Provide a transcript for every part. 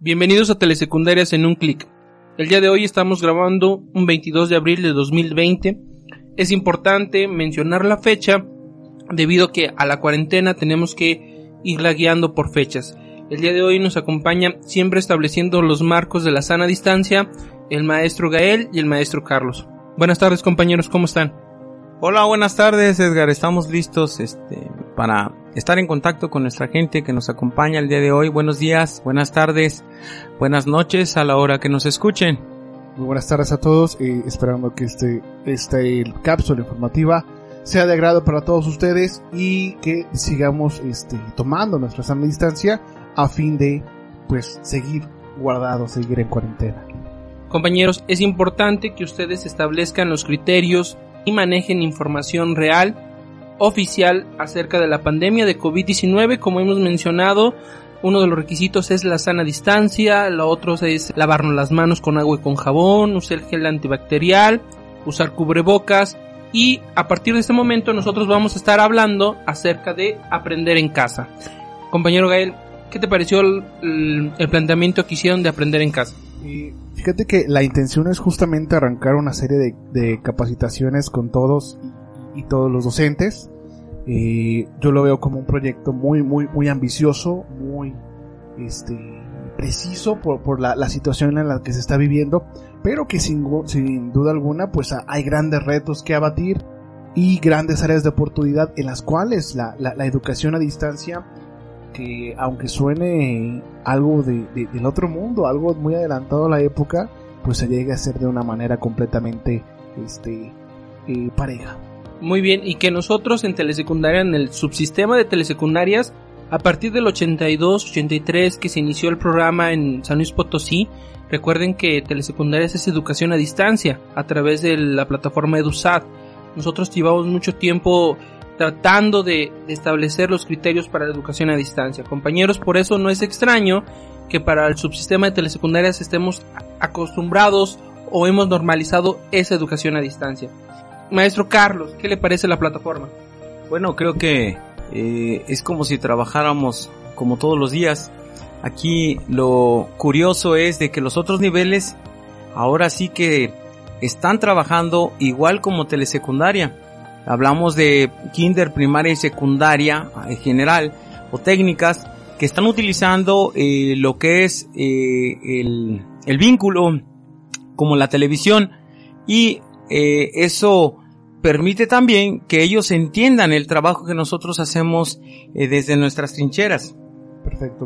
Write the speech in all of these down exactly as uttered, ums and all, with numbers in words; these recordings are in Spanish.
Bienvenidos a Telesecundarias en un clic. El día de hoy estamos grabando un veintidós de abril de dos mil veinte. Es importante mencionar la fecha debido a que a la cuarentena tenemos que irla guiando por fechas. El día de hoy nos acompaña, siempre estableciendo los marcos de la sana distancia, el maestro Gael y el maestro Carlos. Buenas tardes, compañeros, ¿cómo están? Hola, buenas tardes, Edgar. Estamos listos este, para estar en contacto con nuestra gente que nos acompaña el día de hoy. Buenos días, buenas tardes, buenas noches a la hora que nos escuchen. Muy buenas tardes a todos, eh, esperando que este, este cápsula informativa sea de agrado para todos ustedes y que sigamos este, tomando nuestra sana distancia a fin de pues seguir guardados, seguir en cuarentena. Compañeros, es importante que ustedes establezcan los criterios y manejen información real, oficial, acerca de la pandemia de covid diecinueve. Como hemos mencionado, uno de los requisitos es la sana distancia, lo otro es lavarnos las manos con agua y con jabón, usar gel antibacterial, usar cubrebocas, y a partir de este momento nosotros vamos a estar hablando acerca de aprender en casa. Compañero Gael, ¿qué te pareció el, el, el planteamiento que hicieron de aprender en casa? Y fíjate que la intención es justamente arrancar una serie de, de capacitaciones con todos y, y todos los docentes. Eh, yo lo veo como un proyecto muy, muy, muy ambicioso, muy, este, preciso por, por la, la situación en la que se está viviendo, pero que sin, sin duda alguna, pues hay grandes retos que abatir y grandes áreas de oportunidad en las cuales la, la, la educación a distancia, que aunque suene algo de, de, del otro mundo, algo muy adelantado a la época, pues se llega a hacer de una manera completamente este, eh, pareja. Muy bien, y que nosotros en telesecundaria, en el subsistema de telesecundarias, a partir del ochenta y dos, ochenta y tres que se inició el programa en San Luis Potosí, recuerden que telesecundarias es educación a distancia a través de la plataforma EduSat. Nosotros llevamos mucho tiempo tratando de, de establecer los criterios para la educación a distancia. Compañeros, por eso no es extraño que para el subsistema de telesecundarias estemos acostumbrados o hemos normalizado esa educación a distancia. Maestro Carlos, ¿qué le parece la plataforma? Bueno, creo que eh, es como si trabajáramos como todos los días. Aquí lo curioso es de que los otros niveles ahora sí que están trabajando igual como telesecundaria. Hablamos de kinder, primaria y secundaria en general, o técnicas que están utilizando eh, lo que es eh, el, el vínculo como la televisión, y eh, eso permite también que ellos entiendan el trabajo que nosotros hacemos eh, desde nuestras trincheras. Perfecto.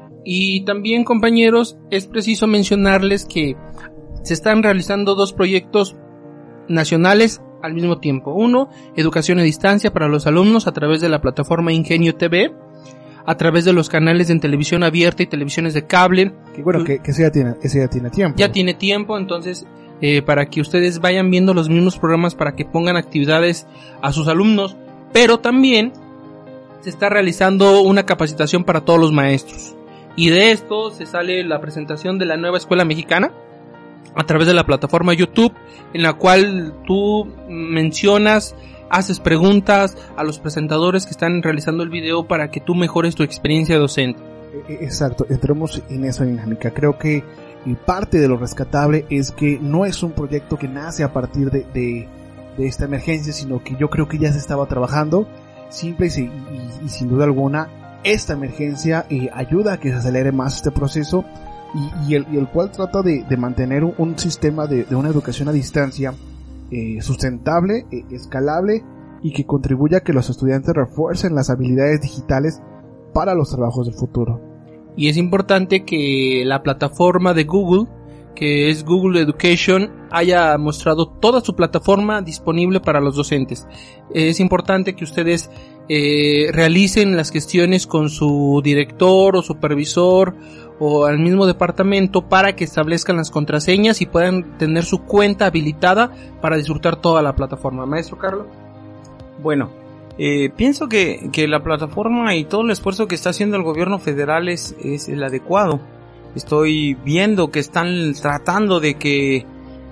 Y también, compañeros, es preciso mencionarles que se están realizando dos proyectos nacionales al mismo tiempo. Uno, educación a distancia para los alumnos a través de la plataforma Ingenio T V, a través de los canales en televisión abierta y televisiones de cable. Que bueno, que, que ese ya tiene, ese ya tiene tiempo. Ya tiene tiempo, entonces, eh, para que ustedes vayan viendo los mismos programas, para que pongan actividades a sus alumnos, pero también se está realizando una capacitación para todos los maestros. Y de esto se sale la presentación de la nueva escuela mexicana a través de la plataforma YouTube, en la cual tú mencionas, haces preguntas a los presentadores que están realizando el video para que tú mejores tu experiencia docente. Exacto, entremos en esa dinámica. Creo que parte de lo rescatable es que no es un proyecto que nace a partir de, de, de esta emergencia, sino que yo creo que ya se estaba trabajando, simple y, y, y sin duda alguna esta emergencia eh, ayuda a que se acelere más este proceso. Y, y, el, y el cual trata de, de mantener un, un sistema de, de una educación a distancia eh, sustentable, eh, escalable, y que contribuya a que los estudiantes refuercen las habilidades digitales para los trabajos del futuro. Y es importante que la plataforma de Google, que es Google Education, haya mostrado toda su plataforma disponible para los docentes. Es importante que ustedes eh, realicen las gestiones con su director o supervisor o al mismo departamento para que establezcan las contraseñas y puedan tener su cuenta habilitada para disfrutar toda la plataforma. Maestro Carlos. Bueno, eh, pienso que, que la plataforma y todo el esfuerzo que está haciendo el gobierno federal es, es el adecuado. Estoy viendo que están tratando de que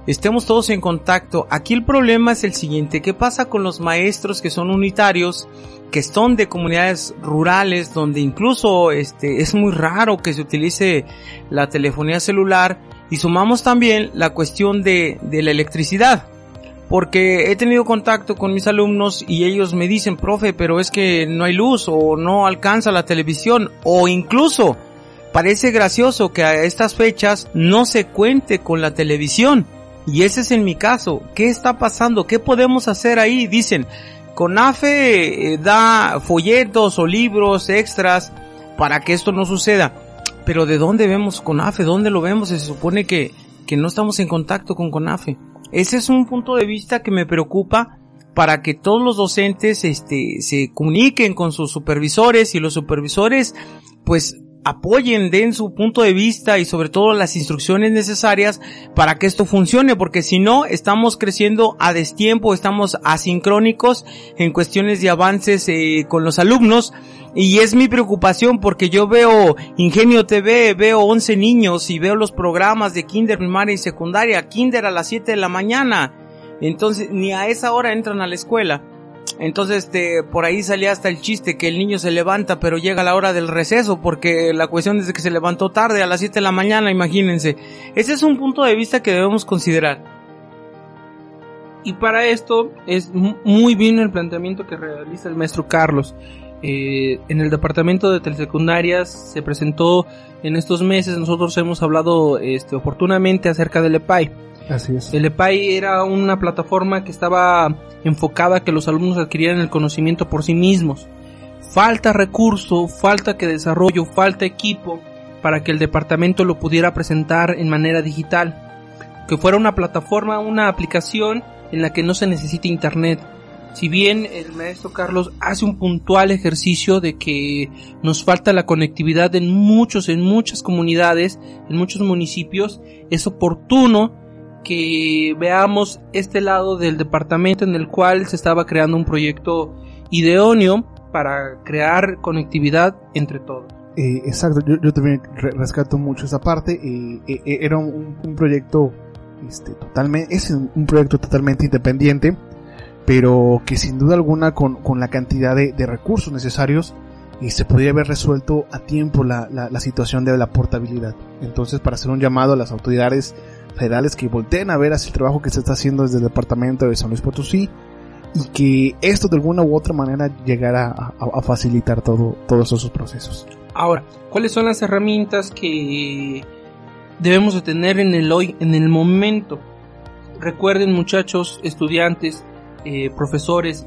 estemos todos en contacto. Aquí el problema es el siguiente: ¿qué pasa con los maestros que son unitarios, que son de comunidades rurales, donde incluso este es muy raro que se utilice la telefonía celular? Y sumamos también la cuestión de, de la electricidad, porque he tenido contacto con mis alumnos y ellos me dicen, profe, pero es que no hay luz, o no alcanza la televisión, o incluso parece gracioso que a estas fechas no se cuente con la televisión. Y ese es en mi caso. ¿Qué está pasando? ¿Qué podemos hacer ahí? Dicen, CONAFE eh, da folletos o libros extras para que esto no suceda. Pero ¿de dónde vemos CONAFE? ¿Dónde lo vemos? Se supone que, que no estamos en contacto con CONAFE. Ese es un punto de vista que me preocupa, para que todos los docentes este se comuniquen con sus supervisores, y los supervisores pues apoyen, den su punto de vista y sobre todo las instrucciones necesarias para que esto funcione, porque si no estamos creciendo a destiempo, estamos asincrónicos en cuestiones de avances eh, con los alumnos. Y es mi preocupación, porque yo veo Ingenio T V, veo once niños y veo los programas de kinder, primaria y secundaria. Kinder a las siete de la mañana, entonces ni a esa hora entran a la escuela. Entonces este por ahí salía hasta el chiste que el niño se levanta pero llega a la hora del receso, porque la cuestión es que se levantó tarde a las siete de la mañana, imagínense. Ese es un punto de vista que debemos considerar. Y para esto es muy bien el planteamiento que realiza el maestro Carlos. Eh, en el departamento de telesecundarias se presentó en estos meses, nosotros hemos hablado este, oportunamente acerca del E P A I. Así es. El E P A I era una plataforma que estaba enfocada a que los alumnos adquirieran el conocimiento por sí mismos. Falta recurso, falta que desarrollo, falta equipo para que el departamento lo pudiera presentar en manera digital, que fuera una plataforma, una aplicación en la que no se necesite internet. Si bien el maestro Carlos hace un puntual ejercicio de que nos falta la conectividad en muchos, en muchas comunidades, en muchos municipios, es oportuno que veamos este lado del departamento en el cual se estaba creando un proyecto idóneo para crear conectividad entre todos. Eh, exacto, yo, yo también re- rescato mucho esa parte. Eh, eh, era un, un proyecto este, totalmente, es un proyecto totalmente independiente, pero que sin duda alguna con, con la cantidad de, de recursos necesarios eh, se podría haber resuelto a tiempo la, la, la situación de la portabilidad. Entonces, para hacer un llamado a las autoridades federales que volteen a ver hacia el trabajo que se está haciendo desde el departamento de San Luis Potosí, y que esto de alguna u otra manera llegara a, a, a facilitar todo, todos esos procesos. Ahora, ¿cuáles son las herramientas que debemos de tener en el hoy, en el momento? Recuerden, muchachos, estudiantes, eh, profesores,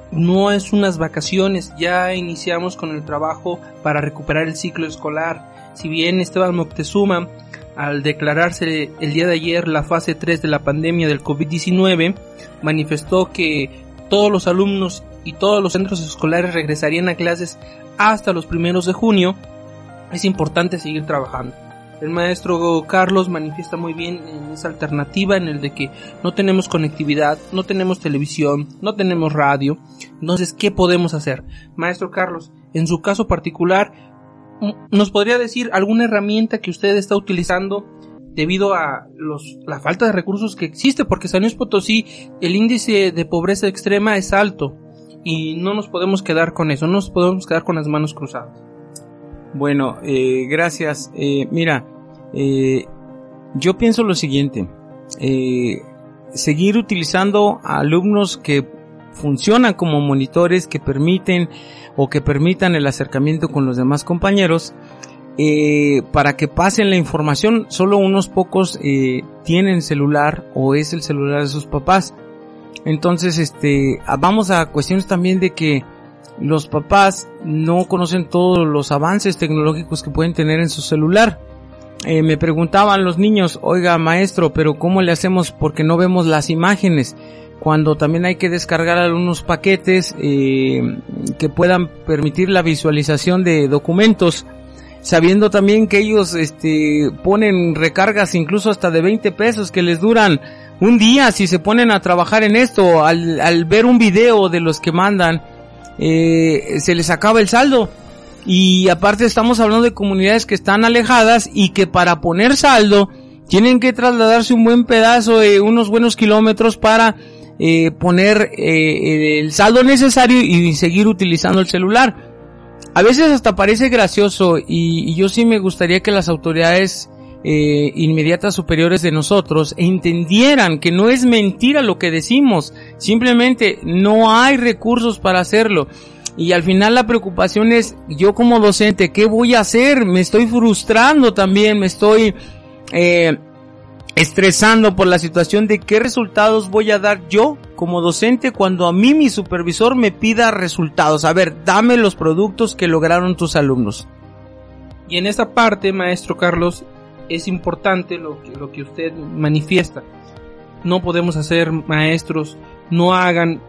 no es unas vacaciones, ya iniciamos con el trabajo para recuperar el ciclo escolar. Si bien Esteban Moctezuma, al declararse el día de ayer la fase tres de la pandemia del COVID diecinueve, manifestó que todos los alumnos y todos los centros escolares regresarían a clases hasta los primeros de junio, es importante seguir trabajando. El maestro Carlos manifiesta muy bien en esa alternativa, en el de que no tenemos conectividad, no tenemos televisión, no tenemos radio. Entonces, ¿qué podemos hacer? Maestro Carlos, en su caso particular, ¿nos podría decir alguna herramienta que usted está utilizando debido a los, la falta de recursos que existe? Porque San Luis Potosí, el índice de pobreza extrema es alto y no nos podemos quedar con eso, no nos podemos quedar con las manos cruzadas. Bueno, eh, gracias. Eh, mira, eh, yo pienso lo siguiente, eh, seguir utilizando a alumnos que funcionan como monitores, que permiten o que permitan el acercamiento con los demás compañeros, eh, para que pasen la información. Solo unos pocos eh, tienen celular o es el celular de sus papás. Entonces, este, vamos a cuestiones también de que los papás no conocen todos los avances tecnológicos que pueden tener en su celular. Eh, me preguntaban los niños, oiga maestro, pero ¿cómo le hacemos porque no vemos las imágenes? Cuando también hay que descargar algunos paquetes eh, que puedan permitir la visualización de documentos, sabiendo también que ellos este ponen recargas incluso hasta de veinte pesos que les duran un día si se ponen a trabajar en esto. Al, al ver un video de los que mandan, eh, se les acaba el saldo. Y aparte estamos hablando de comunidades que están alejadas y que para poner saldo tienen que trasladarse un buen pedazo de unos buenos kilómetros para eh, poner eh, el saldo necesario y seguir utilizando el celular. A veces hasta parece gracioso y, y yo sí me gustaría que las autoridades eh, inmediatas superiores de nosotros entendieran que no es mentira lo que decimos, simplemente no hay recursos para hacerlo. Y al final la preocupación es, yo como docente, ¿qué voy a hacer? Me estoy frustrando también, me estoy eh, estresando por la situación de qué resultados voy a dar yo como docente cuando a mí mi supervisor me pida resultados. A ver, dame los productos que lograron tus alumnos. Y en esa parte, maestro Carlos, es importante lo que, lo que usted manifiesta. No podemos hacer, maestros, no hagan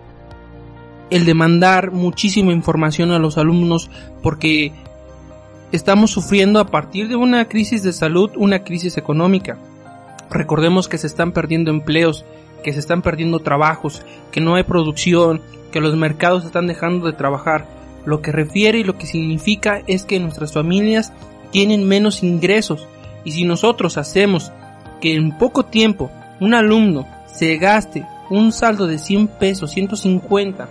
el demandar muchísima información a los alumnos, porque estamos sufriendo a partir de una crisis de salud, una crisis económica. Recordemos que se están perdiendo empleos, que se están perdiendo trabajos, que no hay producción, que los mercados están dejando de trabajar. Lo que refiere y lo que significa es que nuestras familias tienen menos ingresos. Y si nosotros hacemos que en poco tiempo un alumno se gaste un saldo de cien pesos, ciento cincuenta,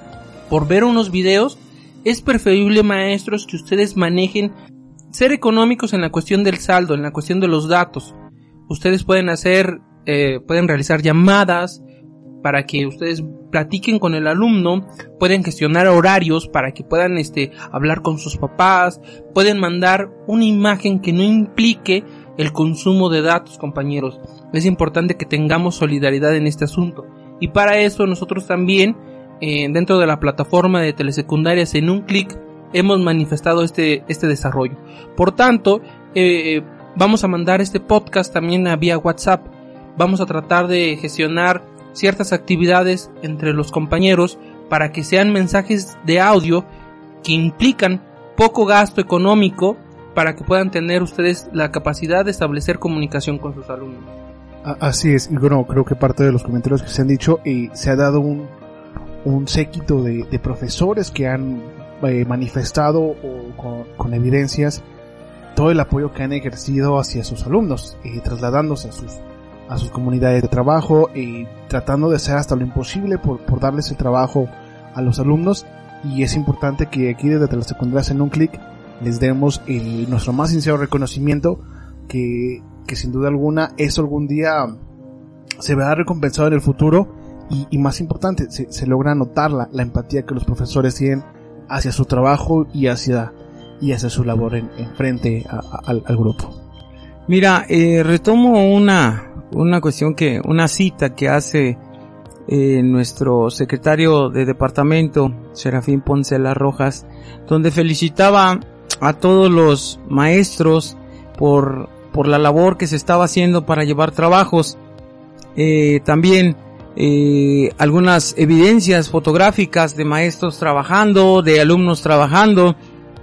por ver unos videos, es preferible, maestros, que ustedes manejen, ser económicos en la cuestión del saldo, en la cuestión de los datos. Ustedes pueden hacer, eh, pueden realizar llamadas para que ustedes platiquen con el alumno, pueden gestionar horarios para que puedan este, hablar con sus papás, pueden mandar una imagen que no implique el consumo de datos, compañeros. Es importante que tengamos solidaridad en este asunto. Y para eso nosotros también, eh, dentro de la plataforma de telesecundarias en un clic, hemos manifestado este, este desarrollo. Por tanto, eh, vamos a mandar este podcast también a vía WhatsApp. Vamos a tratar de gestionar ciertas actividades entre los compañeros para que sean mensajes de audio que implican poco gasto económico, para que puedan tener ustedes la capacidad de establecer comunicación con sus alumnos. Así es, y bueno, creo que parte de los comentarios que se han dicho, eh, se ha dado un, un séquito de, de profesores que han eh, manifestado o con, con evidencias todo el apoyo que han ejercido hacia sus alumnos, eh, trasladándose a sus a sus comunidades de trabajo y tratando de hacer hasta lo imposible por, por darles el trabajo a los alumnos. Y es importante que aquí desde Telesecundarias en un clic les demos el, nuestro más sincero reconocimiento, que, que sin duda alguna eso algún día se verá recompensado en el futuro, y, y más importante, se, se logra notar la, la empatía que los profesores tienen hacia su trabajo y hacia, y hacia su labor en, en frente a, a, al, al grupo. Mira, eh, retomo una, una cuestión que, una cita que hace eh, nuestro secretario de departamento, Serafín Poncela Rojas, donde felicitaba a todos los maestros por, por la labor que se estaba haciendo para llevar trabajos. Eh, también eh, algunas evidencias fotográficas de maestros trabajando, de alumnos trabajando.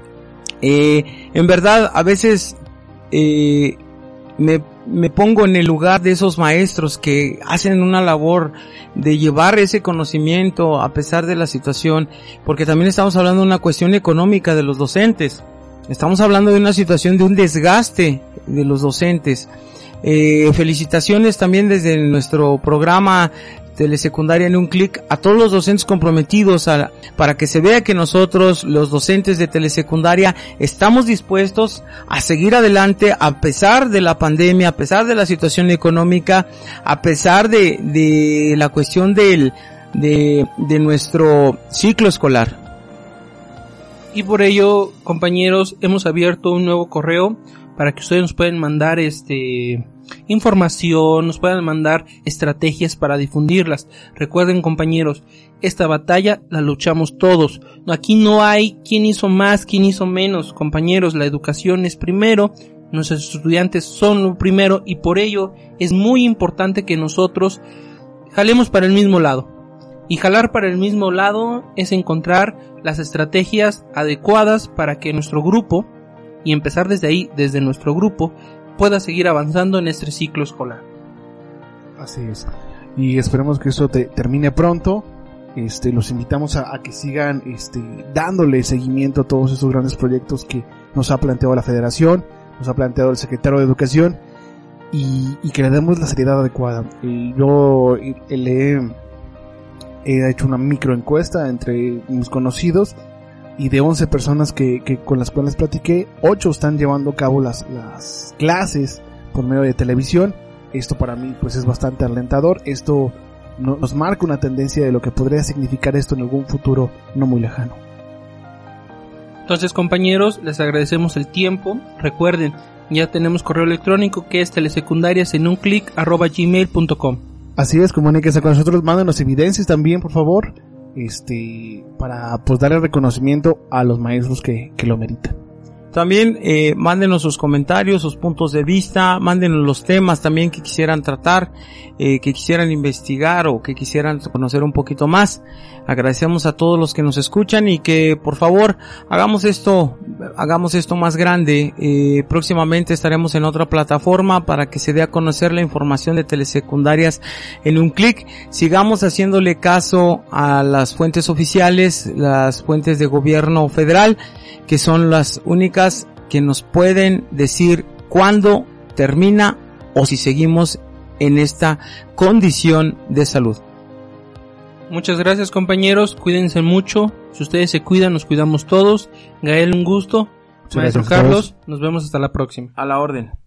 Eh, en verdad, a veces eh, me, me pongo en el lugar de esos maestros que hacen una labor de llevar ese conocimiento a pesar de la situación, porque también estamos hablando de una cuestión económica de los docentes. Estamos hablando de una situación de un desgaste de los docentes. Eh, felicitaciones también desde nuestro programa Telesecundaria en un clic a todos los docentes comprometidos a, para que se vea que nosotros, los docentes de telesecundaria, estamos dispuestos a seguir adelante a pesar de la pandemia, a pesar de la situación económica, a pesar de, de la cuestión del, de, de nuestro ciclo escolar. Y por ello, compañeros, hemos abierto un nuevo correo para que ustedes nos puedan mandar este información, nos puedan mandar estrategias para difundirlas. Recuerden, compañeros, esta batalla la luchamos todos. Aquí no hay quién hizo más, quién hizo menos. Compañeros, la educación es primero, nuestros estudiantes son lo primero, y por ello es muy importante que nosotros jalemos para el mismo lado. Y jalar para el mismo lado es encontrar las estrategias adecuadas para que nuestro grupo, y empezar desde ahí, desde nuestro grupo, pueda seguir avanzando en este ciclo escolar. Así es. Y esperemos que esto te, termine pronto. Este, los invitamos a, a que sigan este, dándole seguimiento a todos estos grandes proyectos que nos ha planteado la Federación, nos ha planteado el Secretario de Educación. y, y que le demos la seriedad adecuada. Y yo eh, le he, he hecho una microencuesta entre mis conocidos, y de once personas que, que con las cuales platiqué, ocho están llevando a cabo las, las clases por medio de televisión. Esto para mí pues es bastante alentador. Esto no, nos marca una tendencia de lo que podría significar esto en algún futuro no muy lejano. Entonces, compañeros, les agradecemos el tiempo. Recuerden, ya tenemos correo electrónico que es telesecundarias en un clic arroba gmail punto com. Así es, comuníquense con nosotros, mándenos evidencias también, por favor, este, para pues darle reconocimiento a los maestros que, que lo meritan. También eh, mándenos sus comentarios, sus puntos de vista, mándenos los temas también que quisieran tratar, eh, que quisieran investigar o que quisieran conocer un poquito más. Agradecemos a todos los que nos escuchan y que por favor hagamos esto, hagamos esto más grande. Eh, próximamente estaremos en otra plataforma para que se dé a conocer la información de telesecundarias en un clic. Sigamos haciéndole caso a las fuentes oficiales, las fuentes de gobierno federal, que son las únicas que nos pueden decir cuándo termina o si seguimos en esta condición de salud. Muchas gracias, compañeros, cuídense mucho. Si ustedes se cuidan, nos cuidamos todos. Gael, un gusto. Sí, Maestro gracias a Carlos, todos. nos vemos hasta la próxima. A la orden.